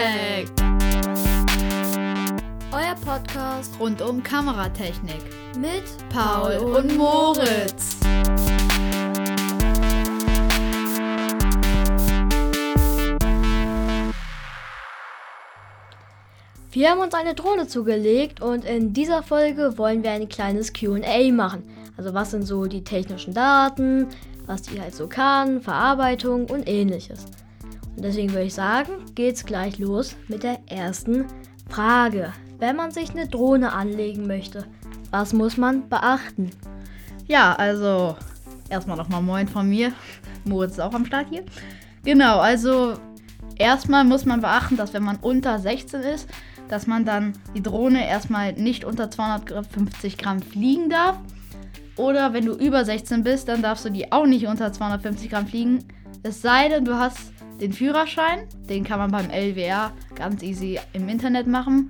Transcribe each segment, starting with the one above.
Soundcheck! Euer Podcast rund um Kameratechnik mit Paul und Moritz. Wir haben uns eine Drohne zugelegt und in dieser Folge wollen wir ein kleines Q&A machen. Also was sind so die technischen Daten, was die halt so kann, Verarbeitung und ähnliches. Und deswegen würde ich sagen, geht's gleich los mit der ersten Frage. Wenn man sich eine Drohne anlegen möchte, was muss man beachten? Ja, also erstmal nochmal Moin von mir. Moritz ist auch am Start hier. Genau, also erstmal muss man beachten, dass wenn man unter 16 ist, dass man dann die Drohne erstmal nicht unter 250 Gramm fliegen darf. Oder wenn du über 16 bist, dann darfst du die auch nicht unter 250 Gramm fliegen. Es sei denn, du hast den Führerschein. Den kann man beim LWR ganz easy im Internet machen.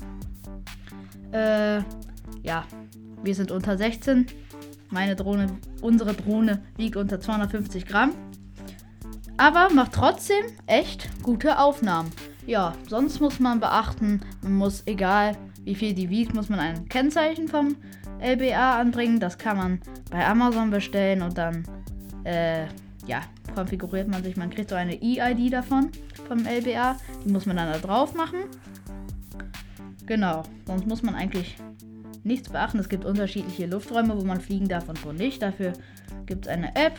Ja, wir sind unter 16. Unsere Drohne wiegt unter 250 Gramm. Aber macht trotzdem echt gute Aufnahmen. Ja, sonst muss man beachten, man muss, egal wie viel die wiegt, muss man ein Kennzeichen vom LBA anbringen. Das kann man bei Amazon bestellen und dann, konfiguriert man sich. Man kriegt so eine E-ID davon, vom LBA. Die muss man dann da drauf machen. Genau, sonst muss man eigentlich nichts beachten. Es gibt unterschiedliche Lufträume, wo man fliegen darf und wo nicht. Dafür gibt es eine App.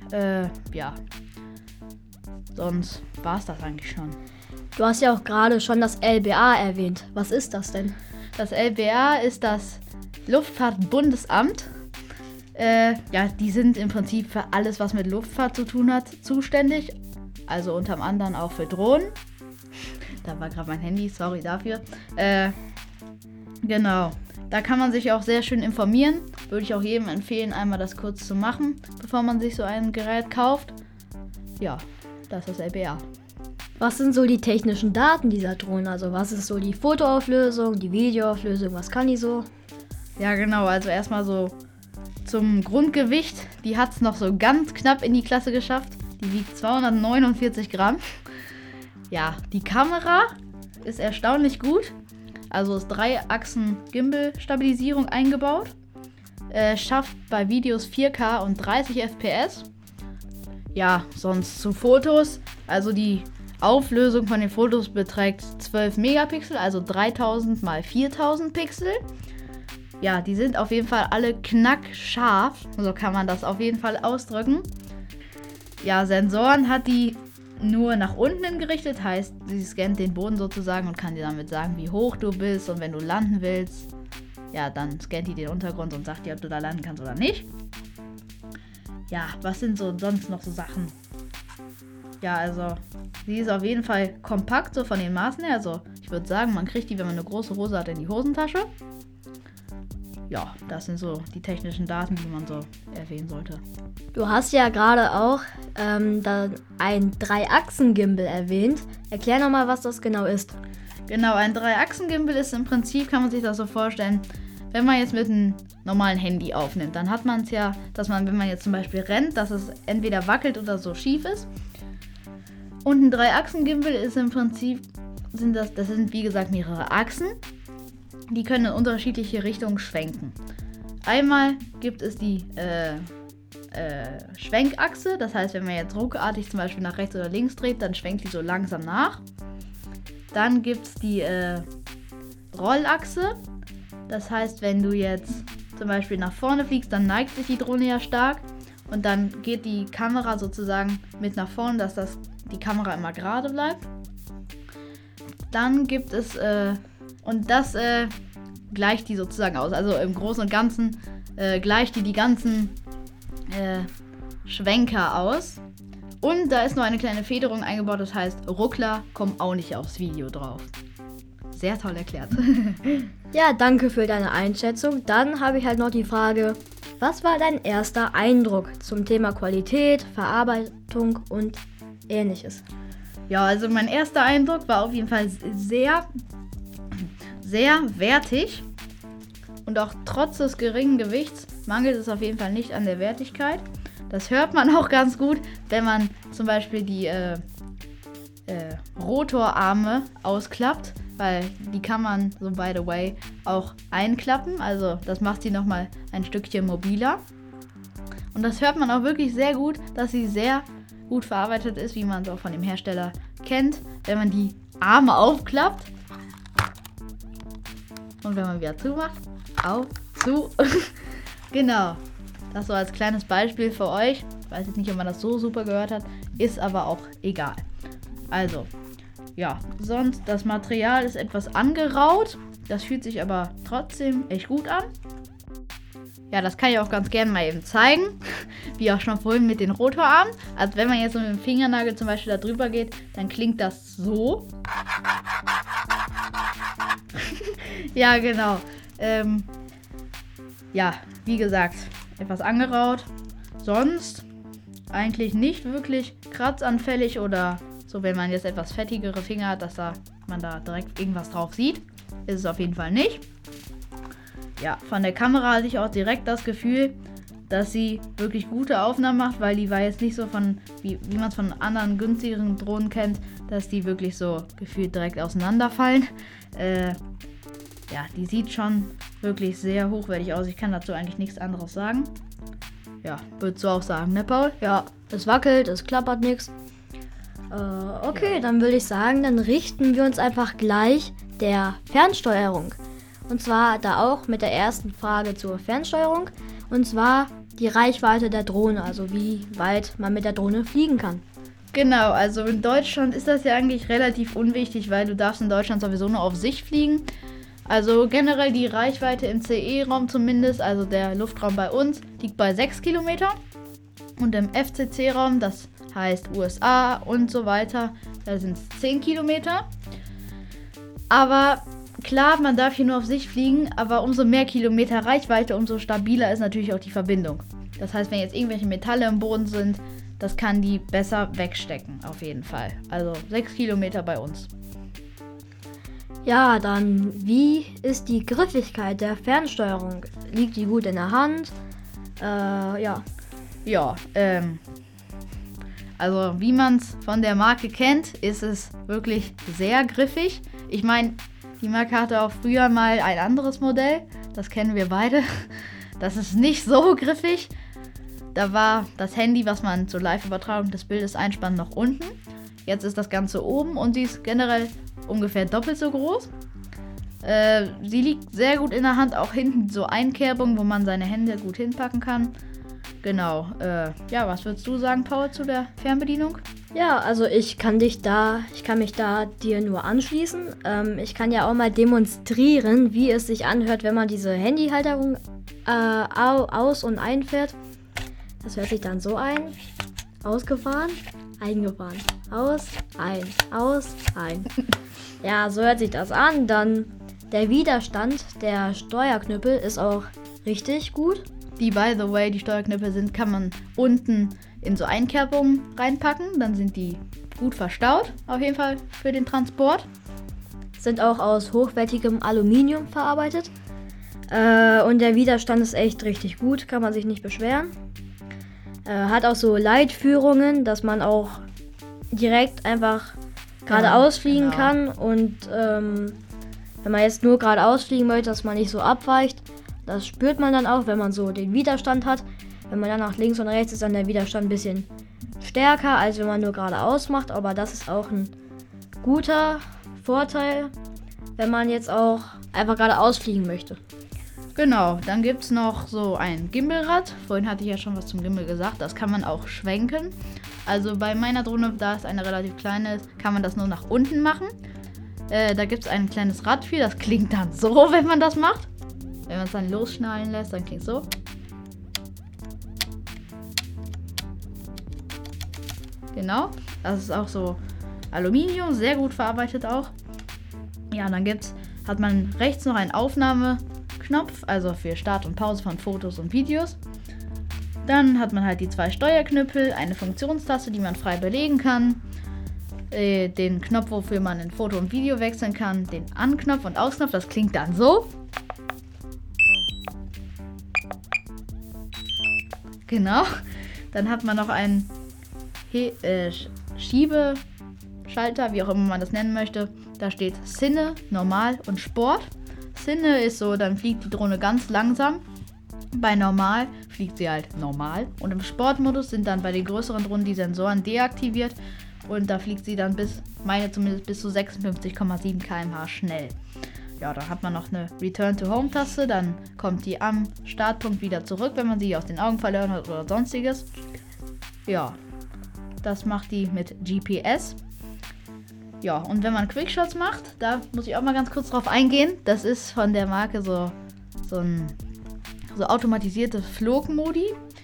Sonst war es das eigentlich schon. Du hast ja auch gerade schon das LBA erwähnt. Was ist das denn? Das LBA ist das Luftfahrtbundesamt. Die sind im Prinzip für alles, was mit Luftfahrt zu tun hat, zuständig. Also unter anderem auch für Drohnen. Da war gerade mein Handy, sorry dafür. Genau, da kann man sich auch sehr schön informieren. Würde ich auch jedem empfehlen, einmal das kurz zu machen, bevor man sich so ein Gerät kauft. Ja, das ist das LBA. Was sind so die technischen Daten dieser Drohne? Also was ist so die Fotoauflösung, die Videoauflösung, was kann die so? Ja genau, also erstmal so zum Grundgewicht. Die hat es noch so ganz knapp in die Klasse geschafft. Die wiegt 249 Gramm. Ja, die Kamera ist erstaunlich gut. Also ist 3 Achsen Gimbal-Stabilisierung eingebaut. Schafft bei Videos 4K und 30 FPS. Ja, sonst zu Fotos. Also die Auflösung von den Fotos beträgt 12 Megapixel, also 3000 x 4000 Pixel. Ja, die sind auf jeden Fall alle knackscharf, so kann man das auf jeden Fall ausdrücken. Ja, Sensoren hat die nur nach unten gerichtet, heißt, sie scannt den Boden sozusagen und kann dir damit sagen, wie hoch du bist, und wenn du landen willst, ja, dann scannt die den Untergrund und sagt dir, ob du da landen kannst oder nicht. Ja, was sind so sonst noch so Sachen? Ja, also, sie ist auf jeden Fall kompakt, so von den Maßen her. Also, ich würde sagen, man kriegt die, wenn man eine große Hose hat, in die Hosentasche. Ja, das sind so die technischen Daten, die man so erwähnen sollte. Du hast ja gerade auch ein 3-Achsen-Gimbal erwähnt. Erklär nochmal, was das genau ist. Genau, ein 3-Achsen-Gimbal ist im Prinzip, kann man sich das so vorstellen, wenn man jetzt mit einem normalen Handy aufnimmt, dann hat man es ja, dass man, wenn man jetzt zum Beispiel rennt, dass es entweder wackelt oder so schief ist. Und ein 3-Achsen-Gimbal ist im Prinzip, das sind wie gesagt mehrere Achsen, die können in unterschiedliche Richtungen schwenken. Einmal gibt es die Schwenkachse, das heißt, wenn man jetzt ruckartig zum Beispiel nach rechts oder links dreht, dann schwenkt die so langsam nach. Dann gibt es die Rollachse, das heißt, wenn du jetzt zum Beispiel nach vorne fliegst, dann neigt sich die Drohne ja stark und dann geht die Kamera sozusagen mit nach vorne, dass die Kamera immer gerade bleibt. Dann gibt es, gleicht die sozusagen aus. Also im Großen und Ganzen gleicht die ganzen Schwenker aus. Und da ist noch eine kleine Federung eingebaut, das heißt, Ruckler kommen auch nicht aufs Video drauf. Sehr toll erklärt. Ja, danke für deine Einschätzung. Dann habe ich halt noch die Frage, was war dein erster Eindruck zum Thema Qualität, Verarbeitung und ähnliches? Ja, also mein erster Eindruck war auf jeden Fall sehr, sehr wertig. Und auch trotz des geringen Gewichts mangelt es auf jeden Fall nicht an der Wertigkeit. Das hört man auch ganz gut, wenn man zum Beispiel die Rotorarme ausklappt, weil die kann man, so by the way, auch einklappen. Also das macht sie nochmal ein Stückchen mobiler. Und das hört man auch wirklich sehr gut, dass sie sehr gut verarbeitet ist, wie man es auch von dem Hersteller kennt. Wenn man die Arme aufklappt und wenn man wieder zumacht, auf, zu. Genau, das so als kleines Beispiel für euch. Ich weiß jetzt nicht, ob man das so super gehört hat, ist aber auch egal. Also, ja, sonst das Material ist etwas angeraut. Das fühlt sich aber trotzdem echt gut an. Ja, das kann ich auch ganz gerne mal eben zeigen. Wie auch schon vorhin mit den Rotorarmen. Also wenn man jetzt so mit dem Fingernagel zum Beispiel da drüber geht, dann klingt das so. Ja, genau. Ja, wie gesagt, etwas angeraut. Sonst eigentlich nicht wirklich kratzanfällig oder so, wenn man jetzt etwas fettigere Finger hat, dass man da direkt irgendwas drauf sieht. Ist es auf jeden Fall nicht. Ja, von der Kamera hatte ich auch direkt das Gefühl, dass sie wirklich gute Aufnahmen macht, weil die war jetzt nicht so wie man es von anderen günstigeren Drohnen kennt, dass die wirklich so gefühlt direkt auseinanderfallen. Ja, die sieht schon wirklich sehr hochwertig aus. Ich kann dazu eigentlich nichts anderes sagen. Ja, würdest du auch sagen, ne Paul? Ja, es wackelt, es klappert nichts. Okay, ja. Dann würde ich sagen, dann richten wir uns einfach gleich der Fernsteuerung. Und zwar da auch mit der ersten Frage zur Fernsteuerung. Und zwar die Reichweite der Drohne, also wie weit man mit der Drohne fliegen kann. Genau, also in Deutschland ist das ja eigentlich relativ unwichtig, weil du darfst in Deutschland sowieso nur auf Sicht fliegen. Also generell die Reichweite im CE-Raum zumindest, also der Luftraum bei uns, liegt bei 6 Kilometer. Und im FCC-Raum, das heißt USA und so weiter, da sind es 10 Kilometer. Aber klar, man darf hier nur auf Sicht fliegen, aber umso mehr Kilometer Reichweite, umso stabiler ist natürlich auch die Verbindung. Das heißt, wenn jetzt irgendwelche Metalle im Boden sind, das kann die besser wegstecken, auf jeden Fall. Also 6 Kilometer bei uns. Ja, dann wie ist die Griffigkeit der Fernsteuerung? Liegt die gut in der Hand? Ja. Ja, also wie man es von der Marke kennt, ist es wirklich sehr griffig. Ich meine, die Marke hatte auch früher mal ein anderes Modell, das kennen wir beide. Das ist nicht so griffig. Da war das Handy, was man zur Live-Übertragung des Bildes einspannt, noch unten. Jetzt ist das Ganze oben und sie ist generell ungefähr doppelt so groß. Sie liegt sehr gut in der Hand, auch hinten so Einkerbungen, wo man seine Hände gut hinpacken kann. Genau. Ja, was würdest du sagen, Paul, zu der Fernbedienung? Ja, also ich kann mich da dir nur anschließen. Ich kann ja auch mal demonstrieren, wie es sich anhört, wenn man diese Handyhalterung aus- und einfährt. Das hört sich dann so ein. Ausgefahren, eingefahren. Aus, ein. Ja, so hört sich das an. Dann der Widerstand der Steuerknüppel ist auch richtig gut. Die, by the way, die Steuerknüppel kann man unten in so Einkerbungen reinpacken. Dann sind die gut verstaut, auf jeden Fall für den Transport. Sind auch aus hochwertigem Aluminium verarbeitet. Und der Widerstand ist echt richtig gut, kann man sich nicht beschweren. Hat auch so Leitführungen, dass man auch direkt einfach geradeaus fliegen kann. Und wenn man jetzt nur geradeaus fliegen möchte, dass man nicht so abweicht, das spürt man dann auch, wenn man so den Widerstand hat. Wenn man dann nach links und rechts ist, dann der Widerstand ein bisschen stärker, als wenn man nur geradeaus macht. Aber das ist auch ein guter Vorteil, wenn man jetzt auch einfach geradeaus fliegen möchte. Genau, dann gibt es noch so ein Gimbalrad. Vorhin hatte ich ja schon was zum Gimbal gesagt. Das kann man auch schwenken. Also bei meiner Drohne, da es eine relativ kleine ist, kann man das nur nach unten machen. Da gibt es ein kleines Rad für. Das klingt dann so, wenn man das macht. Wenn man es dann losschnallen lässt, dann klingt es so. Genau, das ist auch so Aluminium, sehr gut verarbeitet auch. Ja, dann hat man rechts noch einen Aufnahmeknopf, also für Start und Pause von Fotos und Videos. Dann hat man halt die 2 Steuerknüppel, eine Funktionstaste, die man frei belegen kann, den Knopf, wofür man in Foto und Video wechseln kann, den Anknopf und Ausknopf, das klingt dann so. Genau, dann hat man noch einen Schiebeschalter Schalter, wie auch immer man das nennen möchte. Da steht Cine, Normal und Sport. Cine ist so, dann fliegt die Drohne ganz langsam. Bei Normal fliegt sie halt normal. Und im Sportmodus sind dann bei den größeren Drohnen die Sensoren deaktiviert. Und da fliegt sie dann bis zu 56,7 km/h schnell. Ja, dann hat man noch eine Return-to-Home-Taste. Dann kommt die am Startpunkt wieder zurück, wenn man sie aus den Augen verloren hat oder sonstiges. Ja, das macht die mit GPS. Ja, und wenn man Quickshots macht, da muss ich auch mal ganz kurz drauf eingehen. Das ist von der Marke so automatisierte Flugmodi.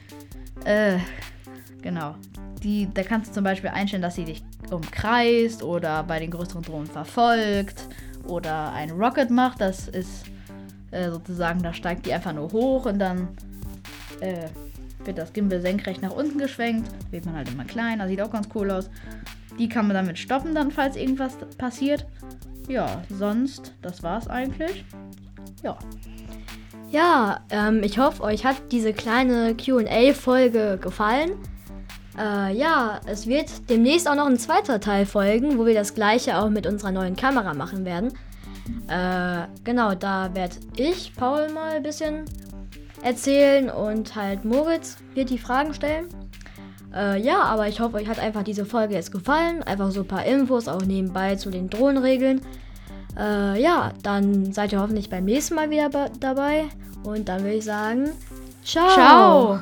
Genau. Da kannst du zum Beispiel einstellen, dass sie dich umkreist oder bei den größeren Drohnen verfolgt oder ein Rocket macht. Das ist sozusagen, da steigt die einfach nur hoch und dann wird das Gimbal senkrecht nach unten geschwenkt. Wird man halt immer kleiner, sieht auch ganz cool aus. Die kann man damit stoppen dann, falls irgendwas passiert. Ja, sonst, das war's eigentlich. Ja. Ja, ich hoffe, euch hat diese kleine Q&A-Folge gefallen. Ja, es wird demnächst auch noch ein zweiter Teil folgen, wo wir das gleiche auch mit unserer neuen Kamera machen werden. Genau, da werde ich, Paul, mal ein bisschen erzählen und halt Moritz wird die Fragen stellen. Ja, aber ich hoffe, euch hat einfach diese Folge jetzt gefallen. Einfach so ein paar Infos auch nebenbei zu den Drohnenregeln. Ja, dann seid ihr hoffentlich beim nächsten Mal wieder dabei. Und dann würde ich sagen, ciao! Ciao!